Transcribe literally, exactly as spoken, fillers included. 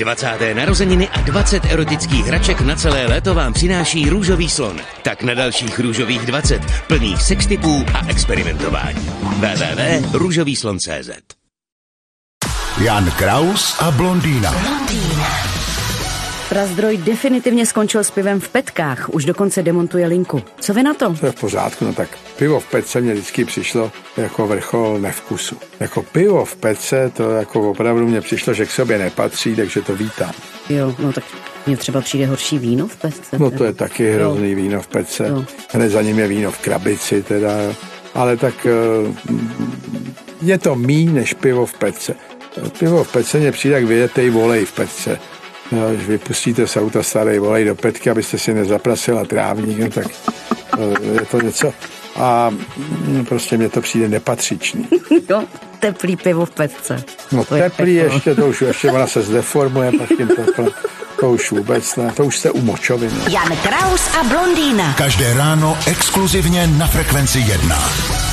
dvacáté narozeniny a dvacet erotických hraček na celé léto vám přináší Růžový slon. Tak na dalších růžových dvacet, plných sextipů a experimentování. w w w tečka růžový slon tečka cé zet. Jan Kraus a blondýna. Prazdroj definitivně skončil s pivem v petkách, už dokonce demontuje linku. Co vy na to? To je v pořádku, no tak pivo v pece mě vždycky přišlo jako vrchol nevkusu. Jako pivo v pece, to jako opravdu mě přišlo, že k sobě nepatří, takže to vítám. Jo, no tak mně třeba přijde horší víno v pece. No to je taky hrozný jo. Víno v pece. Jo. Hned za ním je víno v krabici teda, ale tak je to míň než pivo v pece. Pivo v pece mě přijde jak vyjetej volej v pece. No, když vypustíte z auta starý volej do petky, abyste si nezaprasila trávník, no, tak je to něco. A prostě mně to přijde nepatřičný. Jo, teplý pivo v petce. No to teplý je ještě, to už ještě ona se zdeformuje, pak tím teplem. To už vůbec ne, to už jste u močoviny. Jan Kraus a blondýna. Každé ráno exkluzivně na Frekvenci jedna.